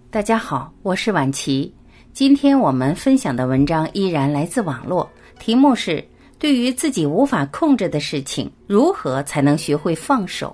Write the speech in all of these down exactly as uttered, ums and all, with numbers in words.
大家好，我是婉琪。今天我们分享的文章依然来自网络，题目是对于自己无法控制的事情，如何才能学会放手？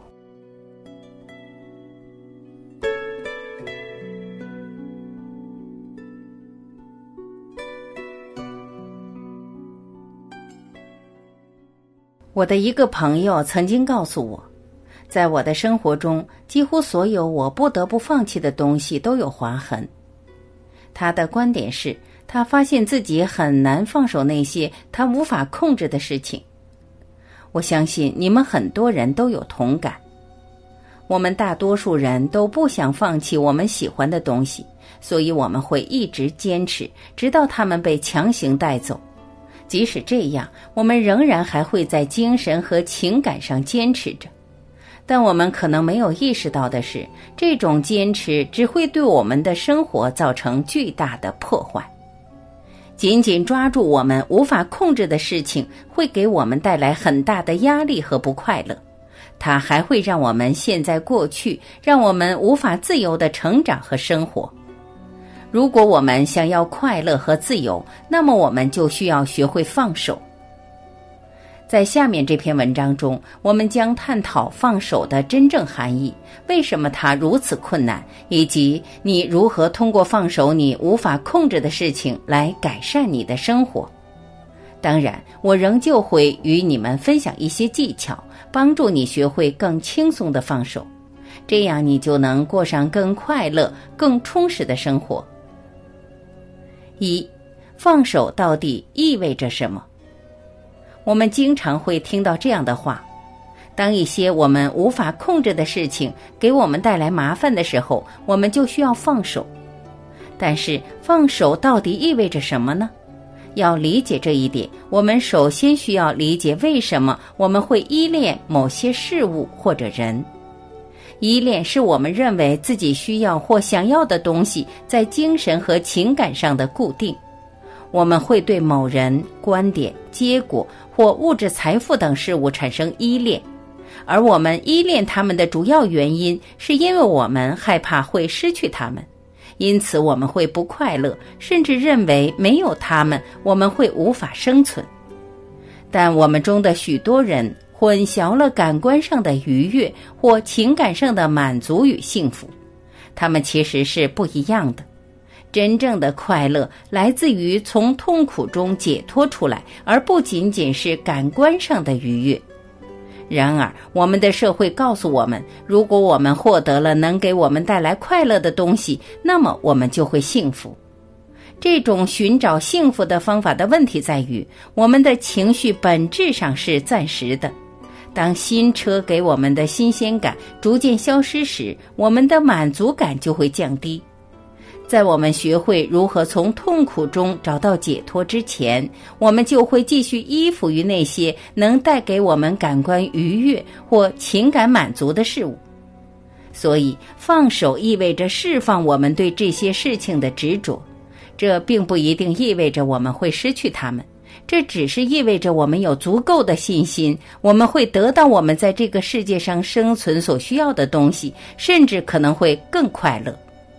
我的一个朋友曾经告诉我，在我的生活中，几乎所有我不得不放弃的东西都有划痕。他的观点是，他发现自己很难放手那些他无法控制的事情。我相信你们很多人都有同感。我们大多数人都不想放弃我们喜欢的东西，所以我们会一直坚持，直到它们被强行带走。即使这样，我们仍然还会在精神和情感上坚持着。但我们可能没有意识到的是，这种坚持只会对我们的生活造成巨大的破坏。紧紧抓住我们无法控制的事情，会给我们带来很大的压力和不快乐。它还会让我们陷在过去，让我们无法自由地成长和生活。如果我们想要快乐和自由，那么我们就需要学会放手。在下面这篇文章中，我们将探讨放手的真正含义，为什么它如此困难，以及你如何通过放手你无法控制的事情来改善你的生活。当然，我仍旧会与你们分享一些技巧，帮助你学会更轻松地放手，这样你就能过上更快乐、更充实的生活。一，放手到底意味着什么？我们经常会听到这样的话，当一些我们无法控制的事情给我们带来麻烦的时候，我们就需要放手。但是放手到底意味着什么呢？要理解这一点，我们首先需要理解为什么我们会依恋某些事物或者人。依恋是我们认为自己需要或想要的东西在精神和情感上的固定。我们会对某人、观点、结果或物质财富等事物产生依恋，而我们依恋他们的主要原因是因为我们害怕会失去他们，因此我们会不快乐，甚至认为没有他们我们会无法生存。但我们中的许多人混淆了感官上的愉悦或情感上的满足与幸福，它们其实是不一样的。真正的快乐来自于从痛苦中解脱出来，而不仅仅是感官上的愉悦。然而，我们的社会告诉我们，如果我们获得了能给我们带来快乐的东西，那么我们就会幸福。这种寻找幸福的方法的问题在于，我们的情绪本质上是暂时的。当新车给我们的新鲜感逐渐消失时，我们的满足感就会降低。在我们学会如何从痛苦中找到解脱之前，我们就会继续依附于那些能带给我们感官愉悦或情感满足的事物。所以，放手意味着释放我们对这些事情的执着。这并不一定意味着我们会失去它们，这只是意味着我们有足够的信心，我们会得到我们在这个世界上生存所需要的东西，甚至可能会更快乐。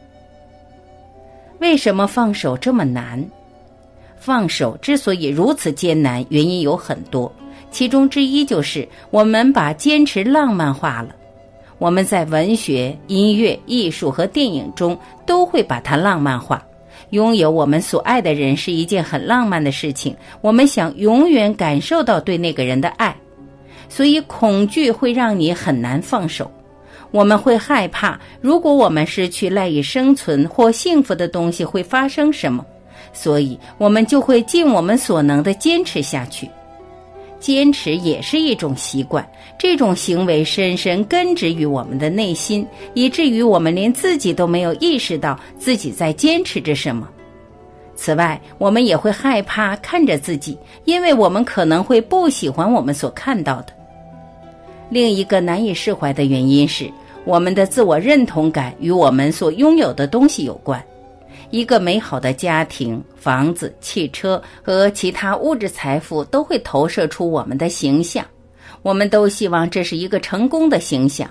为什么放手这么难？放手之所以如此艰难，原因有很多，其中之一就是我们把坚持浪漫化了。我们在文学、音乐、艺术和电影中都会把它浪漫化。拥有我们所爱的人是一件很浪漫的事情，我们想永远感受到对那个人的爱，所以恐惧会让你很难放手。我们会害怕，如果我们失去赖以生存或幸福的东西会发生什么，所以我们就会尽我们所能地坚持下去。坚持也是一种习惯，这种行为深深根植于我们的内心，以至于我们连自己都没有意识到自己在坚持着什么。此外，我们也会害怕看着自己，因为我们可能会不喜欢我们所看到的。另一个难以释怀的原因是，我们的自我认同感与我们所拥有的东西有关。一个美好的家庭、房子、汽车和其他物质财富都会投射出我们的形象，我们都希望这是一个成功的形象，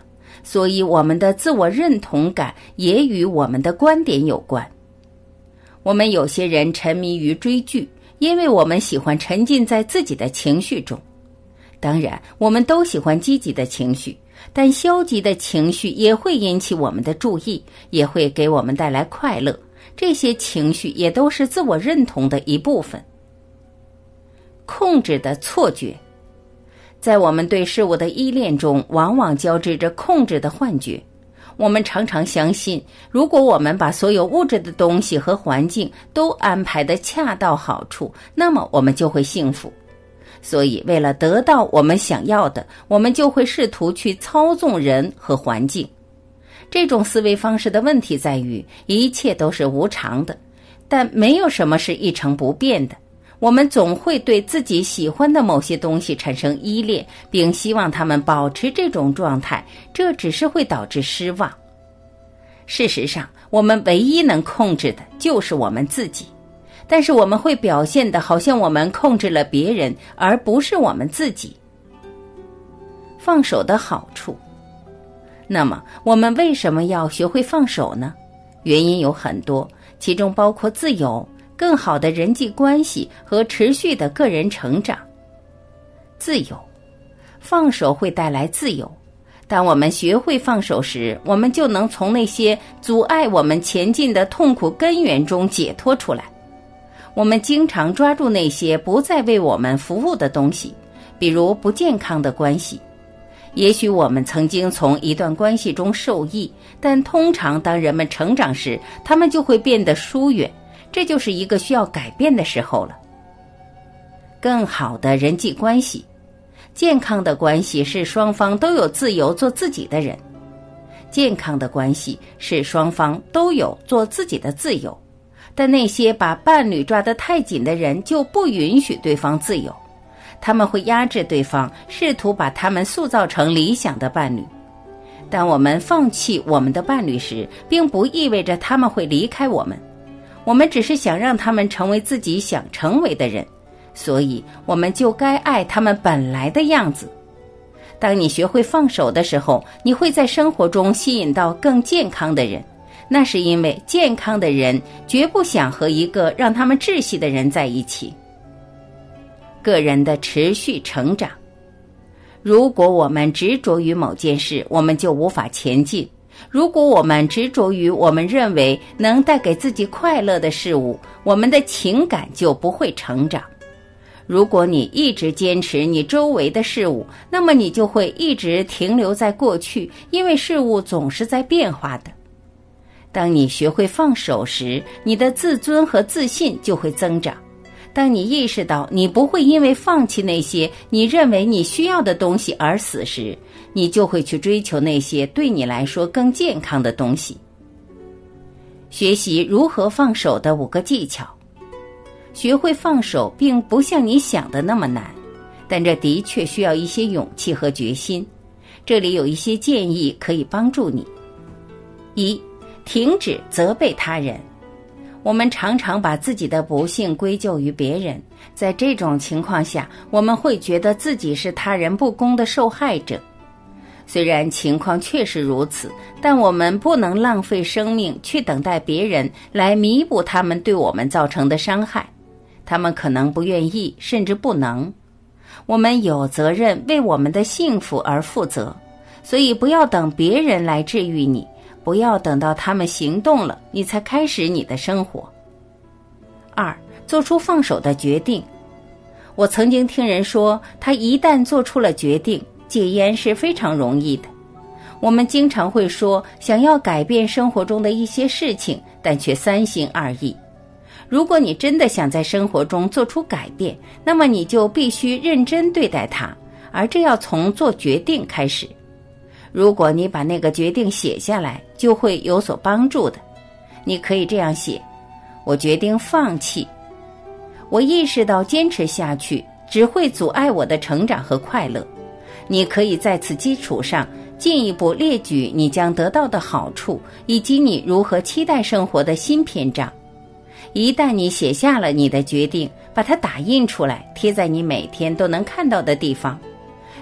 所以我们的自我认同感也与我们的观点有关。我们有些人沉迷于追剧，因为我们喜欢沉浸在自己的情绪中。当然，我们都喜欢积极的情绪，但消极的情绪也会引起我们的注意，也会给我们带来快乐。这些情绪也都是自我认同的一部分。控制的错觉，在我们对事物的依恋中，往往交织着控制的幻觉。我们常常相信，如果我们把所有物质的东西和环境都安排得恰到好处，那么我们就会幸福。所以为了得到我们想要的，我们就会试图去操纵人和环境。这种思维方式的问题在于，一切都是无常的，但没有什么是一成不变的。我们总会对自己喜欢的某些东西产生依恋，并希望它们保持这种状态，这只是会导致失望。事实上，我们唯一能控制的就是我们自己，但是我们会表现得好像我们控制了别人，而不是我们自己。放手的好处。那么，我们为什么要学会放手呢？原因有很多，其中包括自由、更好的人际关系和持续的个人成长。自由，放手会带来自由。当我们学会放手时，我们就能从那些阻碍我们前进的痛苦根源中解脱出来。我们经常抓住那些不再为我们服务的东西，比如不健康的关系。也许我们曾经从一段关系中受益，但通常当人们成长时，他们就会变得疏远，这就是一个需要改变的时候了。更好的人际关系，健康的关系是双方都有自由做自己的人。健康的关系是双方都有做自己的自由，但那些把伴侣抓得太紧的人就不允许对方自由。他们会压制对方，试图把他们塑造成理想的伴侣。当我们放弃我们的伴侣时，并不意味着他们会离开我们，我们只是想让他们成为自己想成为的人，所以我们就该爱他们本来的样子。当你学会放手的时候，你会在生活中吸引到更健康的人，那是因为健康的人绝不想和一个让他们窒息的人在一起。个人的持续成长，如果我们执着于某件事，我们就无法前进。如果我们执着于我们认为能带给自己快乐的事物，我们的情感就不会成长。如果你一直坚持你周围的事物，那么你就会一直停留在过去，因为事物总是在变化的。当你学会放手时，你的自尊和自信就会增长。当你意识到你不会因为放弃那些你认为你需要的东西而死时，你就会去追求那些对你来说更健康的东西。学习如何放手的五个技巧。学会放手并不像你想的那么难，但这的确需要一些勇气和决心。这里有一些建议可以帮助你。一、停止责备他人。我们常常把自己的不幸归咎于别人，在这种情况下，我们会觉得自己是他人不公的受害者。虽然情况确实如此，但我们不能浪费生命去等待别人来弥补他们对我们造成的伤害。他们可能不愿意，甚至不能。我们有责任为我们的幸福而负责，所以不要等别人来治愈你，不要等到他们行动了，你才开始你的生活。二、做出放手的决定。我曾经听人说，他一旦做出了决定，戒烟是非常容易的。我们经常会说，想要改变生活中的一些事情，但却三心二意。如果你真的想在生活中做出改变，那么你就必须认真对待它，而这要从做决定开始。如果你把那个决定写下来，就会有所帮助的。你可以这样写：我决定放弃。我意识到坚持下去只会阻碍我的成长和快乐。你可以在此基础上进一步列举你将得到的好处，以及你如何期待生活的新篇章。一旦你写下了你的决定，把它打印出来，贴在你每天都能看到的地方。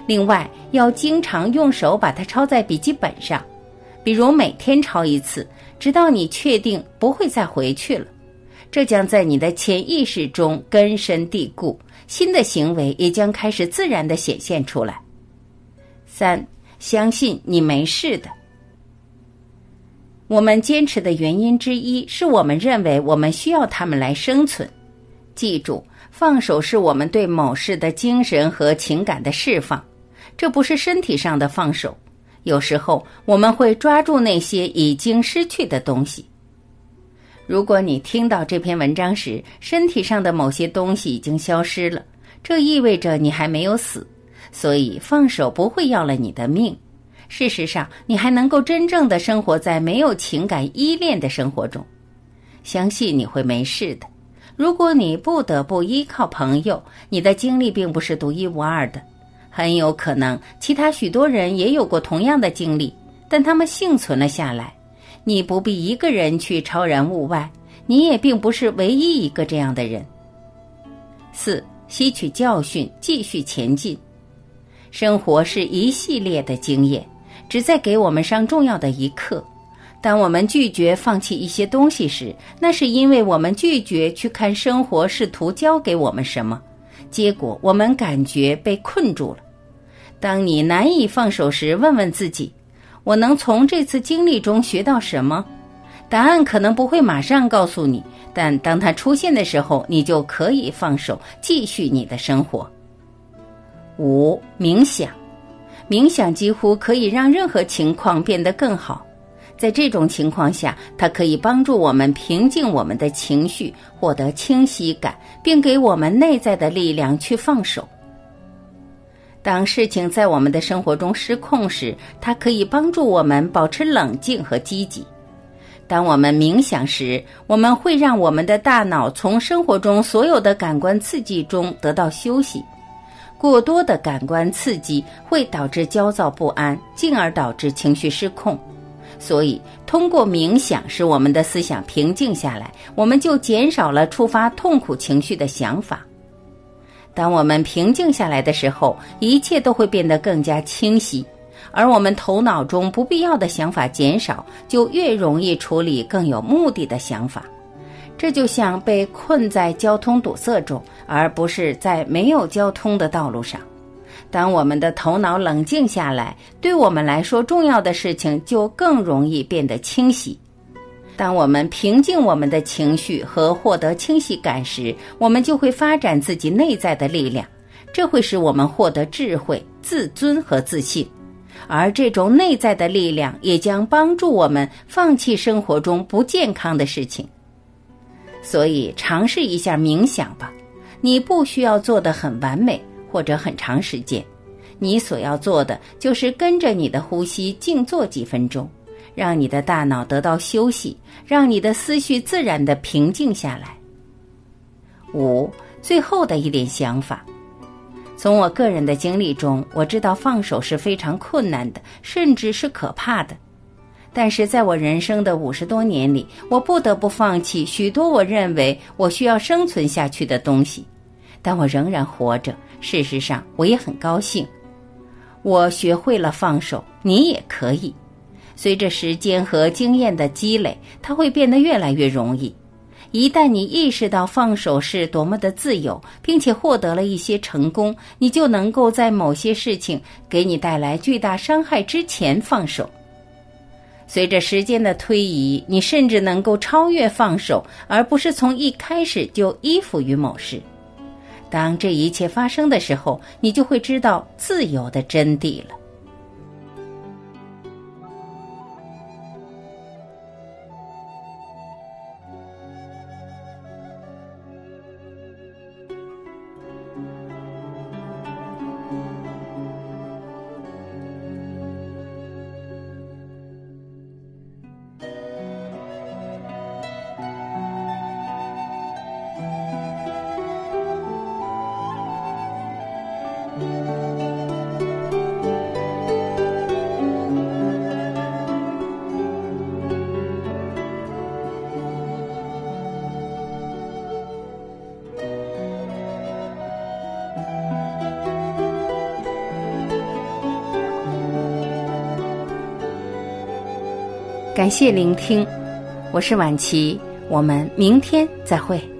另外，要经常用手把它抄在笔记本上，比如每天抄一次，直到你确定不会再回去了。这将在你的潜意识中根深蒂固，新的行为也将开始自然地显现出来。三，相信你没事的。我们坚持的原因之一是我们认为我们需要它们来生存。记住，放手是我们对某事的精神和情感的释放，这不是身体上的放手。有时候我们会抓住那些已经失去的东西。如果你听到这篇文章时，身体上的某些东西已经消失了，这意味着你还没有死，所以放手不会要了你的命。事实上，你还能够真正的生活在没有情感依恋的生活中。相信你会没事的。如果你不得不依靠朋友，你的经历并不是独一无二的，很有可能其他许多人也有过同样的经历，但他们幸存了下来。你不必一个人去超然物外，你也并不是唯一一个这样的人。四，吸取教训，继续前进。生活是一系列的经验，只在给我们上重要的一课。当我们拒绝放弃一些东西时，那是因为我们拒绝去看生活试图教给我们什么，结果我们感觉被困住了。当你难以放手时，问问自己，我能从这次经历中学到什么？答案可能不会马上告诉你，但当它出现的时候，你就可以放手，继续你的生活。五，冥想。冥想几乎可以让任何情况变得更好。在这种情况下，它可以帮助我们平静我们的情绪，获得清晰感，并给我们内在的力量去放手。当事情在我们的生活中失控时，它可以帮助我们保持冷静和积极。当我们冥想时，我们会让我们的大脑从生活中所有的感官刺激中得到休息。过多的感官刺激会导致焦躁不安，进而导致情绪失控。所以，通过冥想使我们的思想平静下来，我们就减少了触发痛苦情绪的想法。当我们平静下来的时候，一切都会变得更加清晰，而我们头脑中不必要的想法减少，就越容易处理更有目的的想法。这就像被困在交通堵塞中，而不是在没有交通的道路上。当我们的头脑冷静下来，对我们来说重要的事情就更容易变得清晰。当我们平静我们的情绪和获得清晰感时，我们就会发展自己内在的力量，这会使我们获得智慧、自尊和自信。而这种内在的力量也将帮助我们放弃生活中不健康的事情。所以尝试一下冥想吧，你不需要做得很完美或者很长时间，你所要做的就是跟着你的呼吸静坐几分钟，让你的大脑得到休息，让你的思绪自然地平静下来。五，最后的一点想法。从我个人的经历中，我知道放手是非常困难的，甚至是可怕的。但是在我人生的五十多年里，我不得不放弃许多我认为我需要生存下去的东西，但我仍然活着。事实上，我也很高兴。我学会了放手，你也可以。随着时间和经验的积累，它会变得越来越容易。一旦你意识到放手是多么的自由，并且获得了一些成功，你就能够在某些事情给你带来巨大伤害之前放手。随着时间的推移，你甚至能够超越放手，而不是从一开始就依附于某事。当这一切发生的时候，你就会知道自由的真谛了。 感谢聆听，我是婉琪，我们明天再会。